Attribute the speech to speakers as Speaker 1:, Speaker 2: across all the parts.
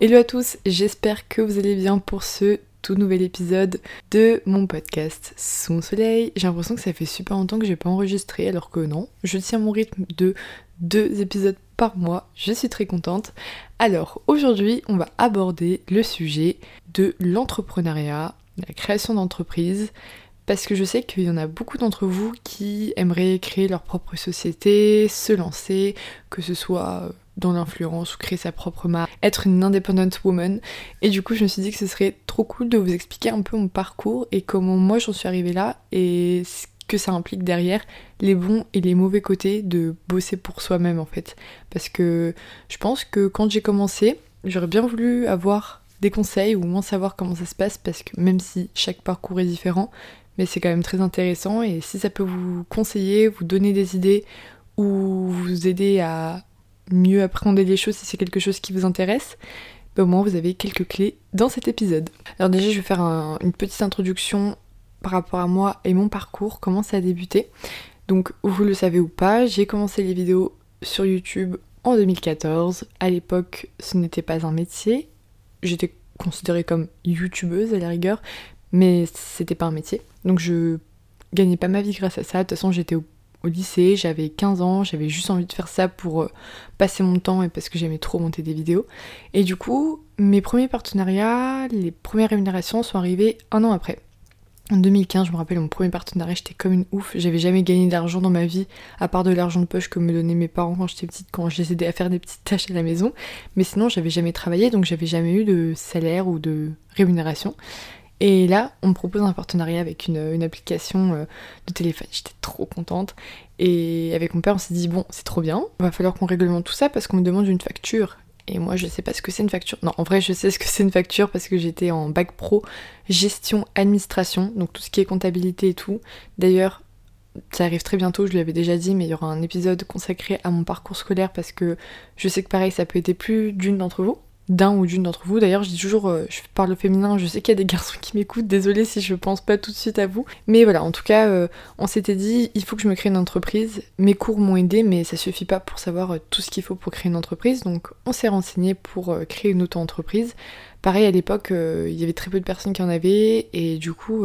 Speaker 1: Hello à tous, j'espère que vous allez bien pour ce tout nouvel épisode de mon podcast Son Soleil. J'ai l'impression que ça fait super longtemps que j'ai pas enregistré, alors que non, je tiens mon rythme de 2 épisodes par mois, je suis très contente. Alors aujourd'hui, on va aborder le sujet de l'entrepreneuriat, de la création d'entreprise, parce que je sais qu'il y en a beaucoup d'entre vous qui aimeraient créer leur propre société, se lancer, que ce soit dans l'influence ou créer sa propre marque, être une independent woman. Et du coup, je me suis dit que ce serait trop cool de vous expliquer un peu mon parcours et comment moi j'en suis arrivée là et ce que ça implique derrière, les bons et les mauvais côtés de bosser pour soi-même en fait. Parce que je pense que quand j'ai commencé, j'aurais bien voulu avoir des conseils ou au moins savoir comment ça se passe, parce que même si chaque parcours est différent, mais c'est quand même très intéressant, et si ça peut vous conseiller, vous donner des idées ou vous aider à mieux appréhender les choses si c'est quelque chose qui vous intéresse, au moins vous avez quelques clés dans cet épisode. Alors déjà je vais faire une petite introduction par rapport à moi et mon parcours, comment ça a débuté. Donc vous le savez ou pas, j'ai commencé les vidéos sur YouTube en 2014. À l'époque ce n'était pas un métier, j'étais considérée comme youtubeuse à la rigueur, mais c'était pas un métier. Donc je gagnais pas ma vie grâce à ça. De toute façon j'étais au lycée, j'avais 15 ans, j'avais juste envie de faire ça pour passer mon temps et parce que j'aimais trop monter des vidéos. Et du coup, mes premiers partenariats, les premières rémunérations sont arrivées 1 an après. En 2015, je me rappelle, mon premier partenariat, j'étais comme une ouf. J'avais jamais gagné d'argent dans ma vie, à part de l'argent de poche que me donnaient mes parents quand j'étais petite, quand je les aidais à faire des petites tâches à la maison. Mais sinon, j'avais jamais travaillé, donc j'avais jamais eu de salaire ou de rémunération. Et là, on me propose un partenariat avec une application de téléphone. J'étais trop contente. Et avec mon père, on s'est dit, bon, c'est trop bien. Il va falloir qu'on réglemente tout ça parce qu'on me demande une facture. Et moi, je sais pas ce que c'est une facture. Non, en vrai, je sais ce que c'est une facture parce que j'étais en bac pro gestion administration. Donc tout ce qui est comptabilité et tout. D'ailleurs, ça arrive très bientôt, je lui avais déjà dit, mais il y aura un épisode consacré à mon parcours scolaire parce que je sais que pareil, ça peut aider plus d'une d'entre vous. D'un ou d'une d'entre vous. D'ailleurs, je dis toujours, je parle au féminin, je sais qu'il y a des garçons qui m'écoutent, désolée si je pense pas tout de suite à vous. Mais voilà, en tout cas, on s'était dit, il faut que je me crée une entreprise. Mes cours m'ont aidé, mais ça suffit pas pour savoir tout ce qu'il faut pour créer une entreprise. Donc, on s'est renseigné pour créer une auto-entreprise. Pareil, à l'époque, il y avait très peu de personnes qui en avaient, et du coup,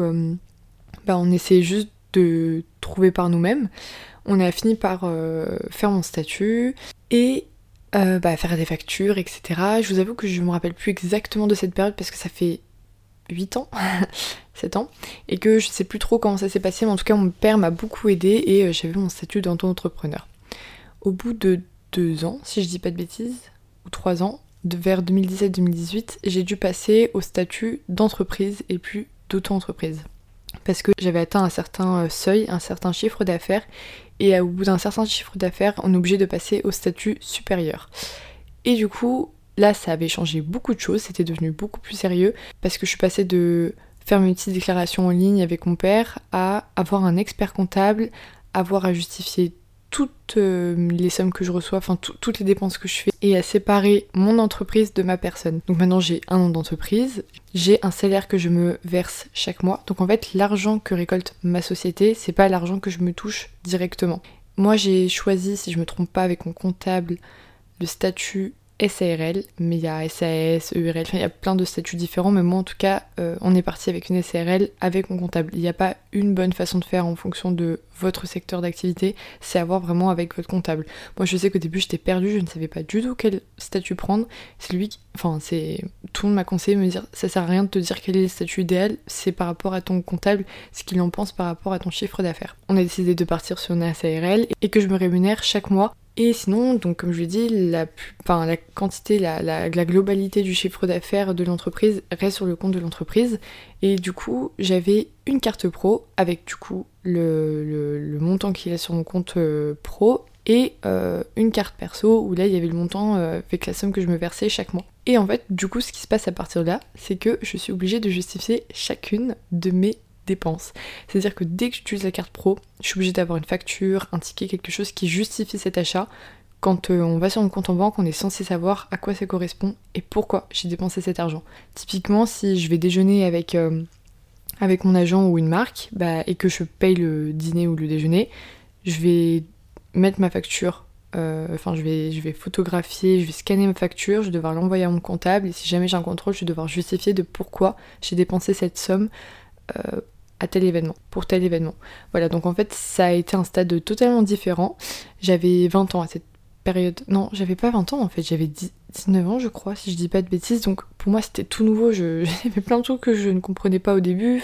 Speaker 1: on essayait juste de trouver par nous-mêmes. On a fini par faire mon statut, et faire des factures, etc. Je vous avoue que je me rappelle plus exactement de cette période parce que ça fait 8 ans, 7 ans, et que je sais plus trop comment ça s'est passé, mais en tout cas mon père m'a beaucoup aidée et j'avais mon statut d'auto-entrepreneur. Au bout de 2 ans, si je dis pas de bêtises, ou 3 ans, vers 2017-2018, j'ai dû passer au statut d'entreprise et plus d'auto-entreprise. Parce que j'avais atteint un certain seuil, un certain chiffre d'affaires, et au bout d'un certain chiffre d'affaires, on est obligé de passer au statut supérieur. Et du coup, là, ça avait changé beaucoup de choses, c'était devenu beaucoup plus sérieux, parce que je suis passée de faire mes petites déclarations en ligne avec mon père à avoir un expert comptable, avoir à justifier toutes les sommes que je reçois, enfin toutes les dépenses que je fais, et à séparer mon entreprise de ma personne. Donc maintenant j'ai un nom d'entreprise, j'ai un salaire que je me verse chaque mois, donc en fait l'argent que récolte ma société, c'est pas l'argent que je me touche directement. Moi j'ai choisi, si je me trompe pas avec mon comptable, le statut SARL, mais il y a SAS, EURL, enfin il y a plein de statuts différents, mais moi en tout cas on est parti avec une SARL avec mon comptable. Il n'y a pas une bonne façon de faire en fonction de votre secteur d'activité, c'est à voir vraiment avec votre comptable. Moi je sais qu'au début j'étais perdue, je ne savais pas du tout quel statut prendre, c'est lui qui... Enfin tout le monde m'a conseillé de me dire ça sert à rien de te dire quel est le statut idéal, c'est par rapport à ton comptable, ce qu'il en pense par rapport à ton chiffre d'affaires. On a décidé de partir sur une SARL et que je me rémunère chaque mois. Et sinon, donc comme je l'ai dit, la quantité, la globalité du chiffre d'affaires de l'entreprise reste sur le compte de l'entreprise. Et du coup, j'avais une carte pro avec du coup le montant qu'il y a sur mon compte pro et une carte perso où là il y avait le montant avec la somme que je me versais chaque mois. Et en fait, du coup, ce qui se passe à partir de là, c'est que je suis obligée de justifier chacune de mes dépenses. C'est-à-dire que dès que j'utilise la carte pro, je suis obligée d'avoir une facture, un ticket, quelque chose qui justifie cet achat. Quand on va sur mon compte en banque, on est censé savoir à quoi ça correspond et pourquoi j'ai dépensé cet argent. Typiquement, si je vais déjeuner avec mon agent ou une marque, et que je paye le dîner ou le déjeuner, je vais mettre ma facture je vais photographier, je vais scanner ma facture, je vais devoir l'envoyer à mon comptable et si jamais j'ai un contrôle, je vais devoir justifier de pourquoi j'ai dépensé cette somme à tel événement, pour tel événement. Voilà, donc en fait ça a été un stade totalement différent. J'avais 20 ans à cette période. Non, j'avais pas 20 ans en fait, j'avais 19 ans je crois, si je dis pas de bêtises, donc pour moi c'était tout nouveau, j'avais plein de trucs que je ne comprenais pas au début,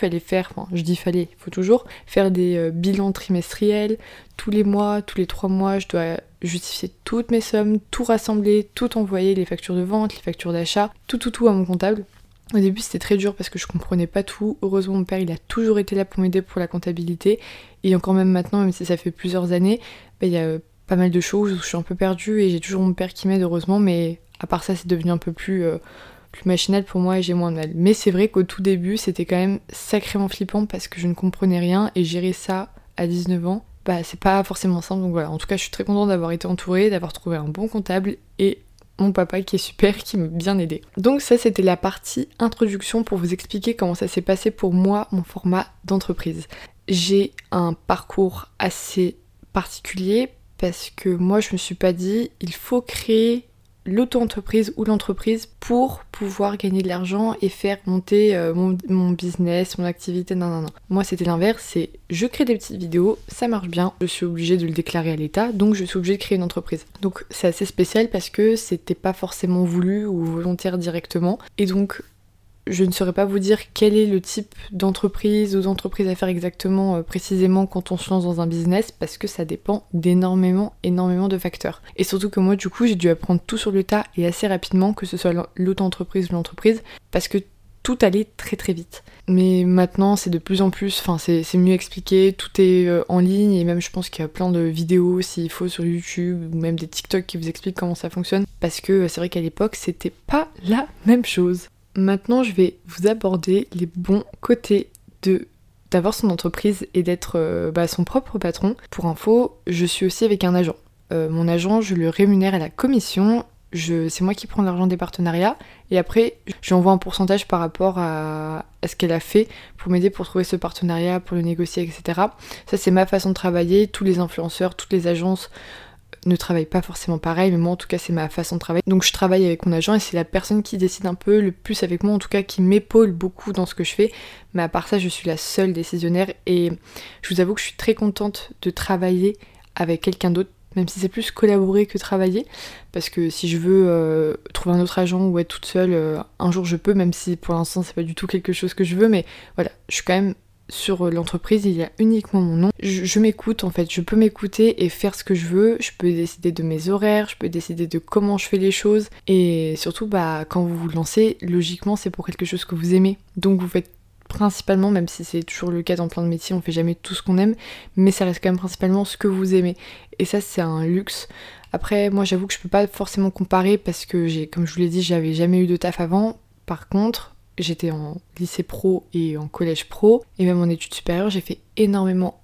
Speaker 1: il faut toujours faire des bilans trimestriels, tous les mois, tous les 3 mois, je dois justifier toutes mes sommes, tout rassembler, tout envoyer, les factures de vente, les factures d'achat, tout à mon comptable. Au début c'était très dur parce que je comprenais pas tout. Heureusement mon père il a toujours été là pour m'aider pour la comptabilité. Et encore même maintenant, même si ça fait plusieurs années, il y a pas mal de choses où je suis un peu perdue et j'ai toujours mon père qui m'aide heureusement. Mais à part ça c'est devenu un peu plus machinal pour moi et j'ai moins de mal. Mais c'est vrai qu'au tout début c'était quand même sacrément flippant parce que je ne comprenais rien et gérer ça à 19 ans, c'est pas forcément simple. Donc voilà, en tout cas je suis très contente d'avoir été entourée, d'avoir trouvé un bon comptable et mon papa qui est super, qui m'a bien aidé. Donc ça c'était la partie introduction pour vous expliquer comment ça s'est passé pour moi, mon format d'entreprise. J'ai un parcours assez particulier parce que moi je me suis pas dit il faut créer l'auto-entreprise ou l'entreprise pour pouvoir gagner de l'argent et faire monter mon business, mon activité, non. Moi c'était l'inverse, c'est je crée des petites vidéos, ça marche bien, je suis obligée de le déclarer à l'État, donc je suis obligée de créer une entreprise. Donc c'est assez spécial parce que c'était pas forcément voulu ou volontaire directement, et donc je ne saurais pas vous dire quel est le type d'entreprise ou d'entreprise à faire exactement précisément quand on se lance dans un business parce que ça dépend d'énormément de facteurs. Et surtout que moi du coup j'ai dû apprendre tout sur le tas et assez rapidement, que ce soit l'auto-entreprise ou l'entreprise, parce que tout allait très très vite. Mais maintenant c'est de plus en plus, c'est mieux expliqué, tout est en ligne et même je pense qu'il y a plein de vidéos s'il faut sur YouTube ou même des TikTok qui vous expliquent comment ça fonctionne parce que c'est vrai qu'à l'époque c'était pas la même chose. Maintenant, je vais vous aborder les bons côtés d'avoir son entreprise et d'être son propre patron. Pour info, je suis aussi avec un agent. Mon agent, je le rémunère à la commission. C'est moi qui prends l'argent des partenariats et après, je lui envoie un pourcentage par rapport à ce qu'elle a fait pour m'aider pour trouver ce partenariat, pour le négocier, etc. Ça, c'est ma façon de travailler. Tous les influenceurs, toutes les agences ne travaille pas forcément pareil, mais moi en tout cas c'est ma façon de travailler. Donc je travaille avec mon agent et c'est la personne qui décide un peu le plus avec moi, en tout cas qui m'épaule beaucoup dans ce que je fais, mais à part ça je suis la seule décisionnaire et je vous avoue que je suis très contente de travailler avec quelqu'un d'autre, même si c'est plus collaborer que travailler, parce que si je veux trouver un autre agent ou être toute seule, un jour je peux, même si pour l'instant c'est pas du tout quelque chose que je veux, mais voilà, je suis quand même sur l'entreprise, il y a uniquement mon nom. Je m'écoute en fait, je peux m'écouter et faire ce que je veux, je peux décider de mes horaires, je peux décider de comment je fais les choses et surtout quand vous vous lancez, logiquement c'est pour quelque chose que vous aimez. Donc vous faites principalement, même si c'est toujours le cas dans plein de métiers, on fait jamais tout ce qu'on aime, mais ça reste quand même principalement ce que vous aimez. Et ça c'est un luxe. Après moi j'avoue que je peux pas forcément comparer parce que comme je vous l'ai dit, j'avais jamais eu de taf avant. Par contre, j'étais en lycée pro et en collège pro, et même en études supérieures, j'ai fait énormément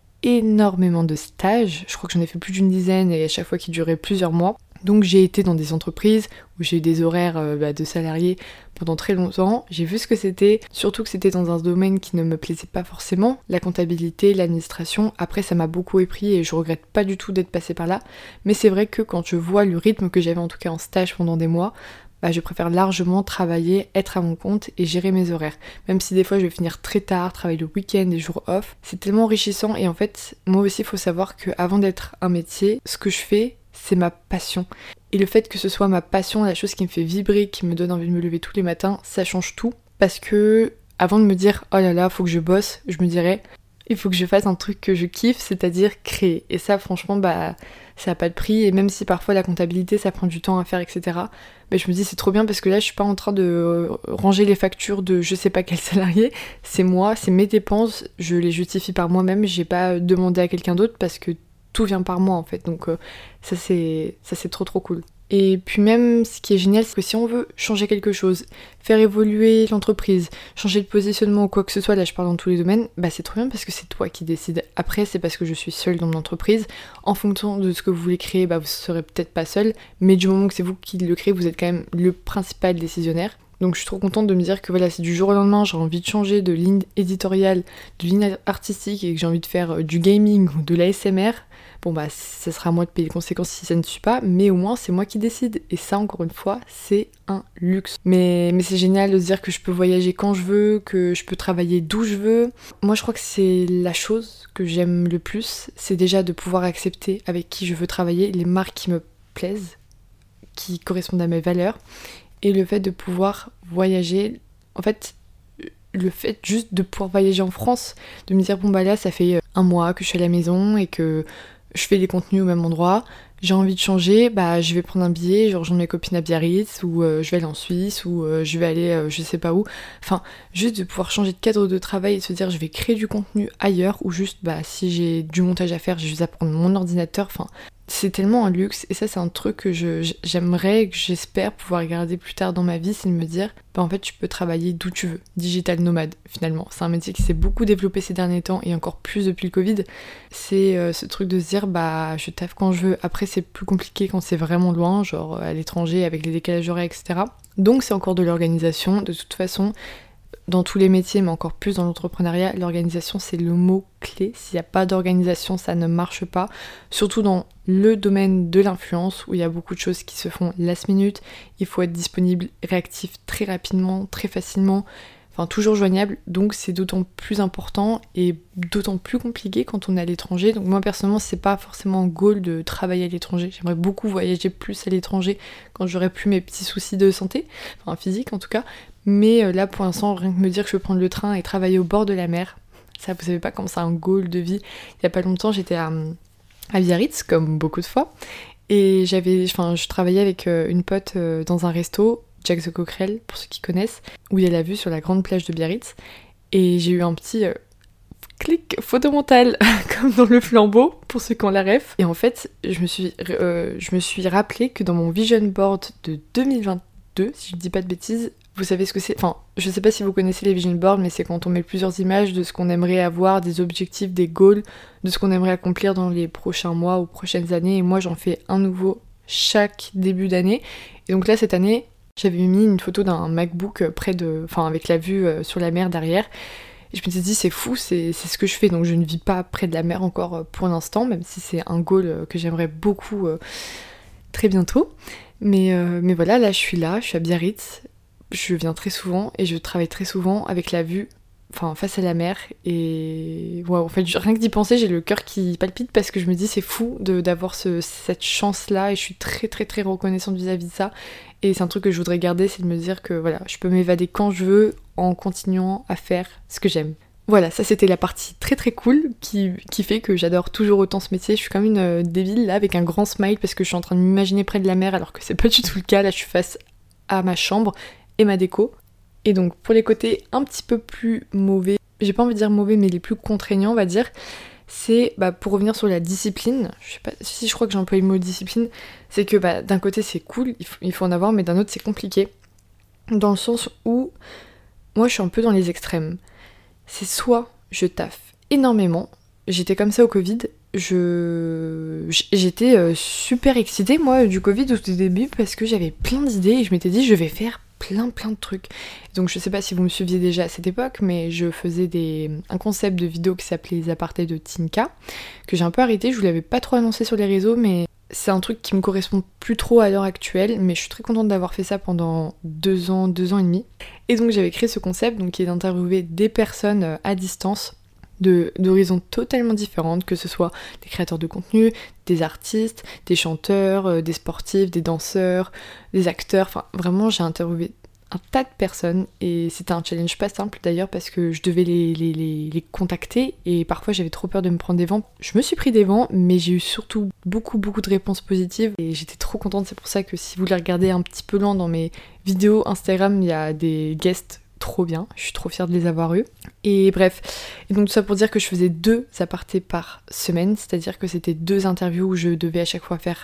Speaker 1: de stages. Je crois que j'en ai fait plus d'une dizaine et à chaque fois qui duraient plusieurs mois. Donc j'ai été dans des entreprises où j'ai eu des horaires de salariés pendant très longtemps. J'ai vu ce que c'était, surtout que c'était dans un domaine qui ne me plaisait pas forcément, la comptabilité, l'administration. Après ça m'a beaucoup épris et je regrette pas du tout d'être passée par là. Mais c'est vrai que quand je vois le rythme que j'avais en tout cas en stage pendant des mois, je préfère largement travailler, être à mon compte et gérer mes horaires. Même si des fois je vais finir très tard, travailler le week-end, des jours off, c'est tellement enrichissant et en fait, moi aussi il faut savoir qu'avant d'être un métier, ce que je fais, c'est ma passion. Et le fait que ce soit ma passion, la chose qui me fait vibrer, qui me donne envie de me lever tous les matins, ça change tout. Parce que avant de me dire oh là là, faut que je bosse, je me dirais il faut que je fasse un truc que je kiffe, c'est-à-dire créer. Et ça franchement ça n'a pas de prix, et même si parfois la comptabilité ça prend du temps à faire, etc. Mais je me dis c'est trop bien parce que là je suis pas en train de ranger les factures de je sais pas quel salarié, c'est moi, c'est mes dépenses, je les justifie par moi-même, j'ai pas demandé à quelqu'un d'autre parce que tout vient par moi en fait, donc ça c'est trop cool. Et puis même ce qui est génial, c'est que si on veut changer quelque chose, faire évoluer l'entreprise, changer de positionnement ou quoi que ce soit, là je parle dans tous les domaines, c'est trop bien parce que c'est toi qui décides. Après c'est parce que je suis seule dans mon entreprise, en fonction de ce que vous voulez créer, vous serez peut-être pas seule, mais du moment que c'est vous qui le créez, vous êtes quand même le principal décisionnaire. Donc je suis trop contente de me dire que voilà, c'est du jour au lendemain, j'ai envie de changer de ligne éditoriale, de ligne artistique et que j'ai envie de faire du gaming ou de l'ASMR. Bon bah ça sera à moi de payer les conséquences si ça ne suit pas, mais au moins c'est moi qui décide. Et ça encore une fois, c'est un luxe. Mais c'est génial de se dire que je peux voyager quand je veux, que je peux travailler d'où je veux. Moi je crois que c'est la chose que j'aime le plus, c'est déjà de pouvoir accepter avec qui je veux travailler, les marques qui me plaisent, qui correspondent à mes valeurs. Et le fait de pouvoir voyager, en fait, le fait juste de pouvoir voyager en France, de me dire bon bah là ça fait un mois que je suis à la maison et que je fais des contenus au même endroit, j'ai envie de changer, bah je vais prendre un billet, je rejoins mes copines à Biarritz ou je vais aller en Suisse ou je vais aller je sais pas où. Enfin, juste de pouvoir changer de cadre de travail et de se dire je vais créer du contenu ailleurs ou juste bah si j'ai du montage à faire, je vais juste apprendre mon ordinateur, enfin c'est tellement un luxe et ça c'est un truc que j'aimerais et que j'espère pouvoir garder plus tard dans ma vie, c'est de me dire bah en fait tu peux travailler d'où tu veux, digital nomade finalement. C'est un métier qui s'est beaucoup développé ces derniers temps et encore plus depuis le Covid. C'est ce truc de se dire bah je taffe quand je veux. Après c'est plus compliqué quand c'est vraiment loin, genre à l'étranger avec les décalages horaires etc. Donc c'est encore de l'organisation. De toute façon dans tous les métiers, mais encore plus dans l'entrepreneuriat, l'organisation c'est le mot clé. S'il n'y a pas d'organisation, ça ne marche pas. Surtout dans le domaine de l'influence, où il y a beaucoup de choses qui se font last minute. Il faut être disponible, réactif très rapidement, très facilement, enfin toujours joignable. Donc c'est d'autant plus important et d'autant plus compliqué quand on est à l'étranger. Donc moi personnellement, c'est pas forcément un goal de travailler à l'étranger. J'aimerais beaucoup voyager plus à l'étranger quand j'aurai plus mes petits soucis de santé, enfin physique en tout cas. Mais là pour l'instant, rien que me dire que je peux prendre le train et travailler au bord de la mer, ça vous savez pas comme c'est un goal de vie. Il y a pas longtemps j'étais à Biarritz comme beaucoup de fois et je travaillais avec une pote dans un resto, Jack the Cockerel pour ceux qui connaissent, où il y a la vue sur la grande plage de Biarritz et j'ai eu un petit clic photomental comme dans le flambeau pour ceux qui ont la ref. Et en fait je me suis rappelé que dans mon vision board de 2022, si je dis pas de bêtises, vous savez ce que c'est, enfin je sais pas si vous connaissez les vision boards, mais c'est quand on met plusieurs images de ce qu'on aimerait avoir, des objectifs, des goals, de ce qu'on aimerait accomplir dans les prochains mois ou prochaines années. Et moi j'en fais un nouveau chaque début d'année. Et donc là cette année j'avais mis une photo d'un MacBook avec la vue sur la mer derrière. Et je me suis dit c'est fou, c'est ce que je fais. Donc je ne vis pas près de la mer encore pour l'instant, même si c'est un goal que j'aimerais beaucoup très bientôt. Mais voilà, là je suis à Biarritz. Je viens très souvent et je travaille très souvent avec la vue face à la mer et ouais, en fait rien que d'y penser j'ai le cœur qui palpite parce que je me dis c'est fou d'avoir cette chance là et je suis très très très reconnaissante vis-à-vis de ça et c'est un truc que je voudrais garder, c'est de me dire que voilà, je peux m'évader quand je veux en continuant à faire ce que j'aime. Voilà, ça c'était la partie très très cool qui fait que j'adore toujours autant ce métier. Je suis comme une débile là avec un grand smile parce que je suis en train de m'imaginer près de la mer alors que c'est pas du tout le cas. Là je suis face à ma chambre et ma déco. Et donc pour les côtés un petit peu plus mauvais, j'ai pas envie de dire mauvais mais les plus contraignants on va dire, c'est pour revenir sur la discipline, je sais pas si je crois que j'ai employé le mot discipline, c'est que d'un côté c'est cool, il faut en avoir, mais d'un autre c'est compliqué. Dans le sens où moi je suis un peu dans les extrêmes. C'est soit je taffe énormément, j'étais comme ça au Covid, j'étais super excitée moi du Covid au tout début parce que j'avais plein d'idées et je m'étais dit je vais faire plein de trucs. Donc je sais pas si vous me suiviez déjà à cette époque, mais je faisais un concept de vidéo qui s'appelait Les Apartés de Tinka, que j'ai un peu arrêté, je vous l'avais pas trop annoncé sur les réseaux, mais c'est un truc qui me correspond plus trop à l'heure actuelle, mais je suis très contente d'avoir fait ça pendant 2 ans et demi. Et donc j'avais créé ce concept donc, qui est d'interviewer des personnes à distance, d'horizons totalement différentes, que ce soit des créateurs de contenu, des artistes, des chanteurs, des sportifs, des danseurs, des acteurs, enfin vraiment j'ai interviewé un tas de personnes et c'était un challenge pas simple d'ailleurs parce que je devais les contacter et parfois j'avais trop peur de me prendre des vents. Je me suis pris des vents mais j'ai eu surtout beaucoup de réponses positives et j'étais trop contente. C'est pour ça que si vous les regardez un petit peu loin dans mes vidéos Instagram, il y a des guests trop bien, je suis trop fière de les avoir eus. Et bref, et donc tout ça pour dire que je faisais 2 apartés par semaine, c'est-à-dire que c'était 2 interviews où je devais à chaque fois faire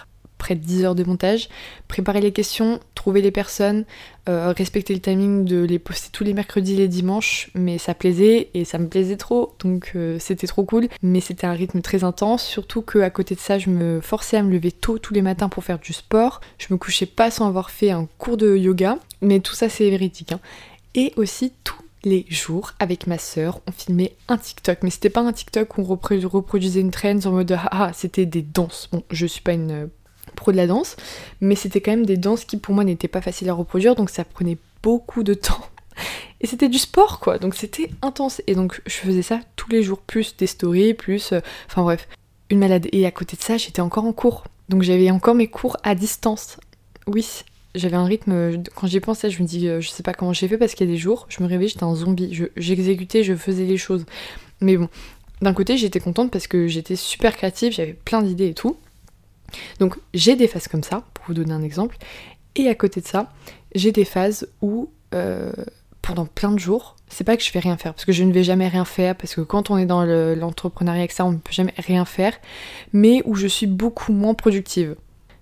Speaker 1: près de 10 heures de montage, préparer les questions, trouver les personnes, respecter le timing de les poster tous les mercredis et les dimanches, mais ça plaisait et ça me plaisait trop, donc c'était trop cool, mais c'était un rythme très intense, surtout qu'à côté de ça, je me forçais à me lever tôt tous les matins pour faire du sport, je me couchais pas sans avoir fait un cours de yoga, mais tout ça c'est véridique, hein. Et aussi tous les jours, avec ma sœur, on filmait un TikTok, mais c'était pas un TikTok où on reproduisait une trend en mode c'était des danses. Bon, je suis pas une pro de la danse, mais c'était quand même des danses qui pour moi n'étaient pas faciles à reproduire, donc ça prenait beaucoup de temps. Et c'était du sport quoi, donc c'était intense. Et donc je faisais ça tous les jours, plus des stories, plus... Enfin bref, une malade. Et à côté de ça, j'étais encore en cours. Donc j'avais encore mes cours à distance. Oui, j'avais un rythme, quand j'y pensais, je me dis, je sais pas comment j'ai fait parce qu'il y a des jours, je me réveillais, j'étais un zombie, j'exécutais, je faisais les choses. Mais bon, d'un côté, j'étais contente parce que j'étais super créative, j'avais plein d'idées et tout. Donc j'ai des phases comme ça, pour vous donner un exemple. Et à côté de ça, j'ai des phases où, pendant plein de jours, c'est pas que je vais rien faire, parce que je ne vais jamais rien faire, parce que quand on est dans l'entrepreneuriat avec ça, on ne peut jamais rien faire, mais où je suis beaucoup moins productive.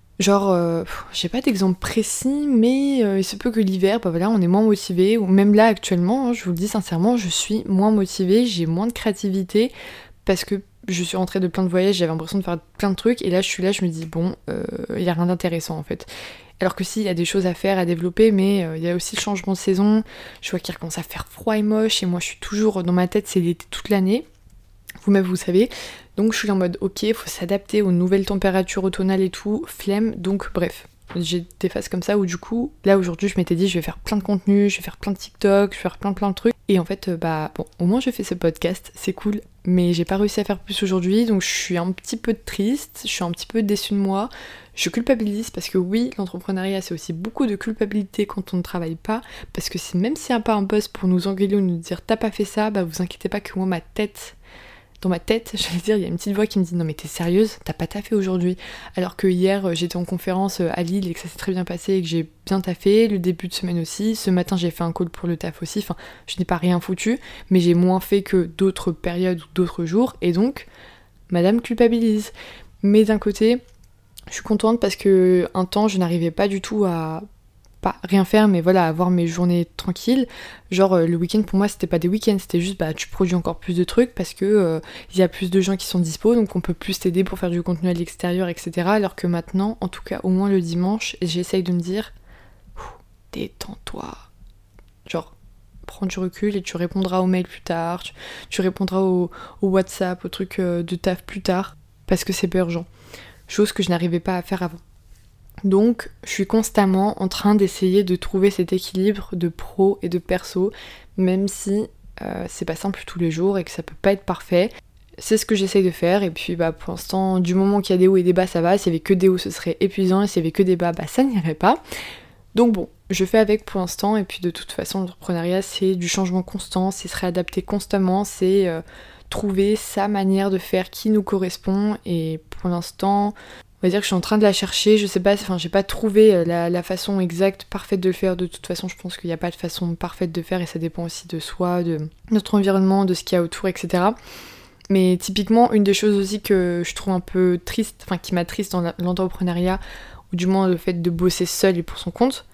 Speaker 1: Genre, j'ai pas d'exemple précis, mais il se peut que l'hiver, bah voilà, on est moins motivé, ou même là actuellement, hein, je vous le dis sincèrement, je suis moins motivée, j'ai moins de créativité, parce que je suis rentrée de plein de voyages, j'avais l'impression de faire plein de trucs, et là je suis là, je me dis bon, y a rien d'intéressant en fait. Alors que si, il y a des choses à faire, à développer, mais il y a aussi le changement de saison, je vois qu'il recommence à faire froid et moche, et moi je suis toujours, dans ma tête c'est l'été toute l'année, vous-même vous savez, donc je suis en mode ok, faut s'adapter aux nouvelles températures automnales et tout, flemme, donc bref. J'ai des phases comme ça où du coup, là aujourd'hui je m'étais dit je vais faire plein de contenus, je vais faire plein de TikTok, je vais faire plein de trucs. Et en fait, bon, au moins je fais ce podcast, c'est cool, mais j'ai pas réussi à faire plus aujourd'hui, donc je suis un petit peu triste, je suis un petit peu déçue de moi. Je culpabilise parce que oui, l'entrepreneuriat c'est aussi beaucoup de culpabilité quand on ne travaille pas, parce que même s'il n'y a pas un boss pour nous engueuler ou nous dire t'as pas fait ça, bah vous inquiétez pas que moi dans ma tête, j'allais dire, il y a une petite voix qui me dit non mais t'es sérieuse, t'as pas taffé aujourd'hui. Alors que hier j'étais en conférence à Lille et que ça s'est très bien passé et que j'ai bien taffé, le début de semaine aussi, ce matin j'ai fait un call pour le taf aussi, enfin je n'ai pas rien foutu, mais j'ai moins fait que d'autres périodes ou d'autres jours, et donc madame culpabilise. Mais d'un côté, je suis contente parce que un temps je n'arrivais pas du tout à pas rien faire, mais voilà, avoir mes journées tranquilles. Genre le week-end pour moi c'était pas des week-ends, c'était juste tu produis encore plus de trucs parce que y a plus de gens qui sont dispo, donc on peut plus t'aider pour faire du contenu à l'extérieur, etc. Alors que maintenant, en tout cas au moins le dimanche, j'essaye de me dire détends-toi. Genre prends du recul et tu répondras aux mails plus tard, tu répondras au WhatsApp, aux trucs de taf plus tard, parce que c'est pas urgent. Chose que je n'arrivais pas à faire avant. Donc je suis constamment en train d'essayer de trouver cet équilibre de pro et de perso, même si c'est pas simple tous les jours et que ça peut pas être parfait. C'est ce que j'essaye de faire, et puis pour l'instant, du moment qu'il y a des hauts et des bas, ça va. S'il y avait que des hauts, ce serait épuisant, et s'il y avait que des bas, ça n'irait pas. Donc bon, je fais avec pour l'instant, et puis de toute façon, l'entrepreneuriat, c'est du changement constant, c'est se réadapter constamment, c'est trouver sa manière de faire qui nous correspond, et pour l'instant... On va dire que je suis en train de la chercher, je sais pas, j'ai pas trouvé la façon exacte, parfaite de le faire. De toute façon, je pense qu'il n'y a pas de façon parfaite de faire et ça dépend aussi de soi, de notre environnement, de ce qu'il y a autour, etc. Mais typiquement, une des choses aussi que je trouve un peu triste, qui m'attriste dans l'entrepreneuriat, ou du moins le fait de bosser seul et pour son compte,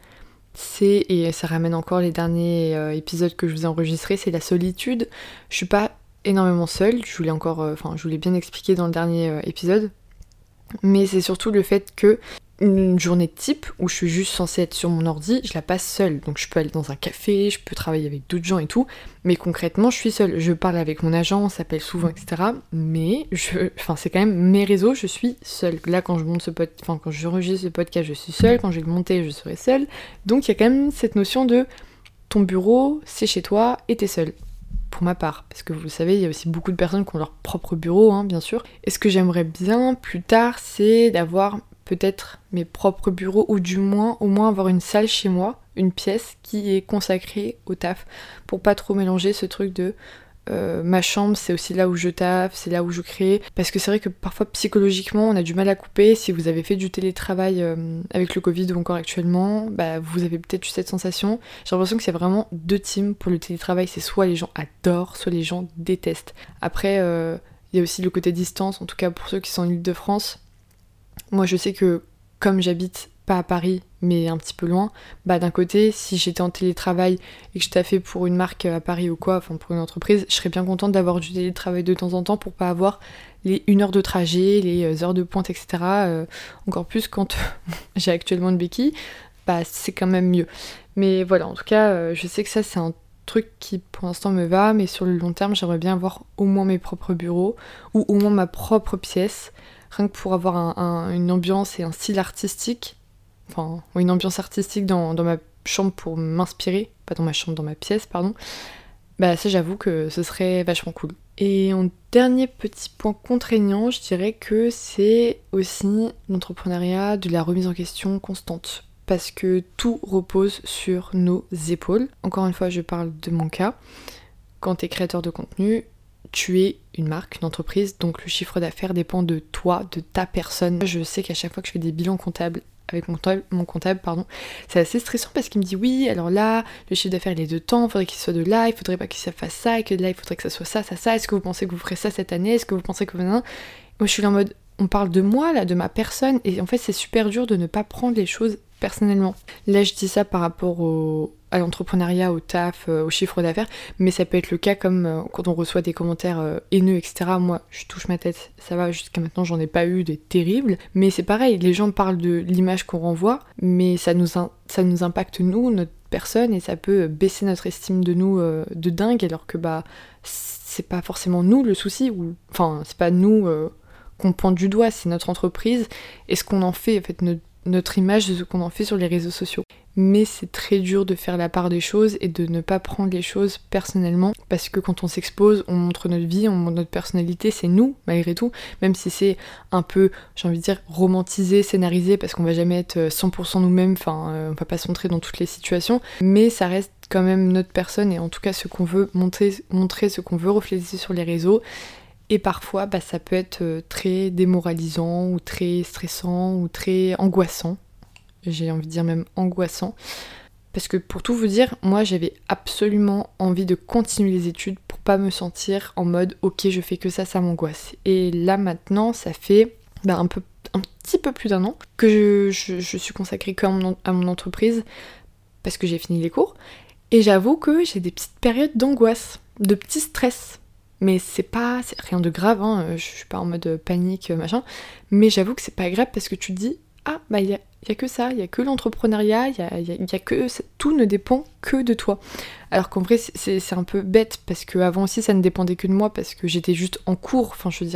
Speaker 1: et ça ramène encore les derniers épisodes que je vous ai enregistrés, c'est la solitude. Je suis pas énormément seule, je vous l'ai bien expliqué dans le dernier épisode. Mais c'est surtout le fait que une journée type où je suis juste censée être sur mon ordi, je la passe seule. Donc je peux aller dans un café, je peux travailler avec d'autres gens et tout, mais concrètement je suis seule. Je parle avec mon agent, on s'appelle souvent, etc. Mais c'est quand même mes réseaux, je suis seule. Là quand quand j'enregistre ce podcast, je suis seule, quand je vais le monter, je serai seule. Donc il y a quand même cette notion de ton bureau, c'est chez toi et t'es seule. Pour ma part, parce que vous le savez, il y a aussi beaucoup de personnes qui ont leur propre bureau, bien sûr. Et ce que j'aimerais bien plus tard, c'est d'avoir peut-être mes propres bureaux, ou au moins avoir une salle chez moi, une pièce qui est consacrée au taf, pour pas trop mélanger ce truc de ma chambre, c'est aussi là où je taffe, c'est là où je crée, parce que c'est vrai que parfois psychologiquement on a du mal à couper. Si vous avez fait du télétravail avec le Covid ou encore actuellement, vous avez peut-être eu cette sensation. J'ai l'impression que c'est vraiment deux teams pour le télétravail, c'est soit les gens adorent, soit les gens détestent. Après il y a aussi le côté distance, en tout cas pour ceux qui sont en Île-de-France. Moi je sais que comme j'habite pas à Paris mais un petit peu loin, d'un côté si j'étais en télétravail et que je taffais pour une marque à Paris ou quoi, enfin pour une entreprise, je serais bien contente d'avoir du télétravail de temps en temps pour pas avoir les 1 heure de trajet, les heures de pointe, etc. Encore plus quand j'ai actuellement une béquille, c'est quand même mieux. Mais voilà, en tout cas, je sais que ça c'est un truc qui pour l'instant me va, mais sur le long terme j'aimerais bien avoir au moins mes propres bureaux ou au moins ma propre pièce, rien que pour avoir une ambiance et un style artistique, une ambiance artistique dans ma chambre pour m'inspirer, pas dans ma chambre, dans ma pièce, pardon. Ça j'avoue que ce serait vachement cool. Et en dernier petit point contraignant, je dirais que c'est aussi l'entrepreneuriat de la remise en question constante. Parce que tout repose sur nos épaules. Encore une fois, je parle de mon cas. Quand tu es créateur de contenu, tu es une marque, une entreprise, donc le chiffre d'affaires dépend de toi, de ta personne. Je sais qu'à chaque fois que je fais des bilans comptables avec mon comptable, c'est assez stressant parce qu'il me dit oui, alors là, le chiffre d'affaires il est de temps, il faudrait qu'il soit de là, il faudrait pas qu'il fasse ça, et que de là il faudrait que ça soit ça, est-ce que vous pensez que vous ferez ça cette année, est-ce que vous pensez que... Moi je suis là en mode, on parle de moi là, de ma personne, et en fait c'est super dur de ne pas prendre les choses personnellement. Là je dis ça par rapport à l'entrepreneuriat, au taf, au chiffre d'affaires, mais ça peut être le cas comme quand on reçoit des commentaires haineux, etc. Moi, je touche ma tête, ça va, jusqu'à maintenant j'en ai pas eu des terribles, mais c'est pareil, les gens parlent de l'image qu'on renvoie, mais ça nous impacte nous, notre personne, et ça peut baisser notre estime de nous de dingue, alors que c'est pas forcément nous le souci, c'est pas nous qu'on pointe du doigt, c'est notre entreprise, et ce qu'on en fait, en fait, notre image de ce qu'on en fait sur les réseaux sociaux. Mais c'est très dur de faire la part des choses et de ne pas prendre les choses personnellement, parce que quand on s'expose, on montre notre vie, on montre notre personnalité, c'est nous malgré tout, même si c'est un peu, j'ai envie de dire, romantisé, scénarisé, parce qu'on va jamais être 100% nous-mêmes, on va pas se montrer dans toutes les situations, mais ça reste quand même notre personne, et en tout cas ce qu'on veut montrer, ce qu'on veut refléter sur les réseaux. Et parfois, ça peut être très démoralisant, ou très stressant, ou très angoissant. J'ai envie de dire même angoissant. Parce que pour tout vous dire, moi j'avais absolument envie de continuer les études pour pas me sentir en mode ok je fais que ça m'angoisse. Et là maintenant ça fait un petit peu plus d'1 an que je suis consacrée à mon entreprise parce que j'ai fini les cours. Et j'avoue que j'ai des petites périodes d'angoisse, de petits stress. Mais c'est rien de grave, je suis pas en mode panique, machin. Mais j'avoue que c'est pas grave parce que tu te dis, il y a que ça, il y a que l'entrepreneuriat, il y a que... Tout ne dépend que de toi. Alors qu'en vrai, c'est un peu bête parce qu'avant aussi, ça ne dépendait que de moi parce que j'étais juste en cours.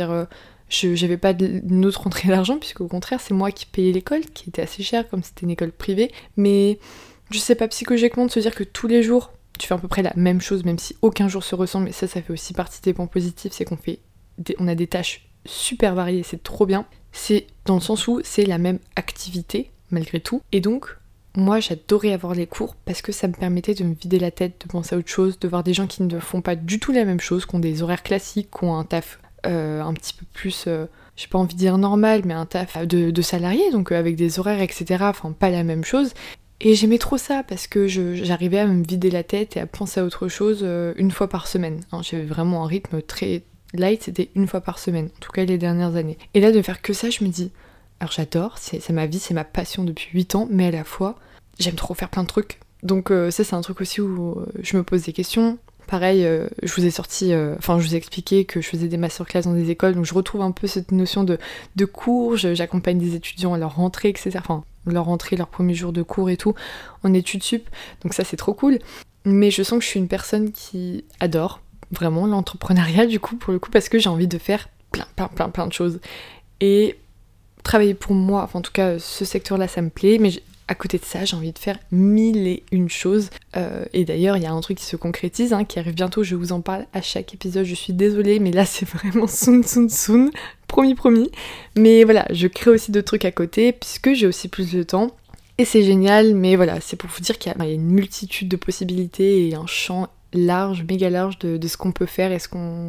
Speaker 1: J'avais pas une autre rentrée d'argent puisqu'au contraire, c'est moi qui payais l'école, qui était assez chère comme c'était une école privée. Mais je sais pas, psychologiquement, de se dire que tous les jours, tu fais à peu près la même chose, même si aucun jour se ressemble, et ça fait aussi partie des points positifs, c'est on a des tâches super variées, c'est trop bien. C'est dans le sens où c'est la même activité, malgré tout. Et donc, moi, j'adorais avoir les cours parce que ça me permettait de me vider la tête, de penser à autre chose, de voir des gens qui ne font pas du tout la même chose, qui ont des horaires classiques, qui ont un taf un petit peu plus... j'ai pas envie de dire normal, mais un taf de salarié, donc avec des horaires, etc. Pas la même chose. Et j'aimais trop ça parce que j'arrivais à me vider la tête et à penser à autre chose 1 fois par semaine. J'avais vraiment un rythme très light, c'était 1 fois par semaine, en tout cas les dernières années. Et là de faire que ça, je me dis, alors j'adore, c'est ma vie, c'est ma passion depuis 8 ans, mais à la fois, j'aime trop faire plein de trucs. Donc ça c'est un truc aussi où je me pose des questions. Pareil, je vous ai expliqué que je faisais des masterclass dans des écoles, donc je retrouve un peu cette notion de cours, j'accompagne des étudiants à leur rentrée, etc. Leur rentrée, leur premier jour de cours et tout, en études sup, donc ça c'est trop cool. Mais je sens que je suis une personne qui adore vraiment l'entrepreneuriat du coup, pour le coup, parce que j'ai envie de faire plein de choses. Et travailler pour moi, en tout cas ce secteur-là ça me plaît, mais à côté de ça, j'ai envie de faire 1001 choses. Et d'ailleurs, il y a un truc qui se concrétise, qui arrive bientôt, je vous en parle à chaque épisode, je suis désolée, mais là c'est vraiment soon. Promis. Mais voilà, je crée aussi d'autres trucs à côté, puisque j'ai aussi plus de temps. Et c'est génial, mais voilà, c'est pour vous dire qu'il y a une multitude de possibilités et un champ large, méga large de ce qu'on peut faire et ce qu'on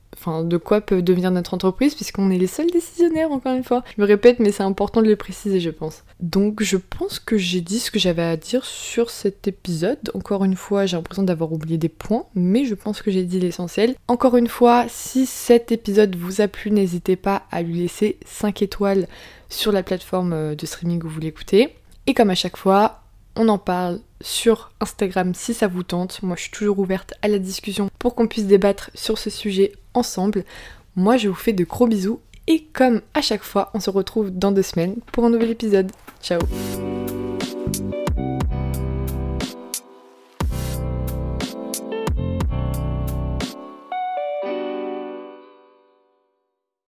Speaker 1: de quoi peut devenir notre entreprise, puisqu'on est les seuls décisionnaires, encore une fois. Je me répète, mais c'est important de le préciser, je pense. Donc je pense que j'ai dit ce que j'avais à dire sur cet épisode. Encore une fois, j'ai l'impression d'avoir oublié des points, mais je pense que j'ai dit l'essentiel. Encore une fois, si cet épisode vous a plu, n'hésitez pas à lui laisser 5 étoiles sur la plateforme de streaming où vous l'écoutez. Et comme à chaque fois, on en parle sur Instagram si ça vous tente. Moi, je suis toujours ouverte à la discussion pour qu'on puisse débattre sur ce sujet ensemble. Moi, je vous fais de gros bisous et comme à chaque fois, on se retrouve dans 2 semaines pour un nouvel épisode. Ciao!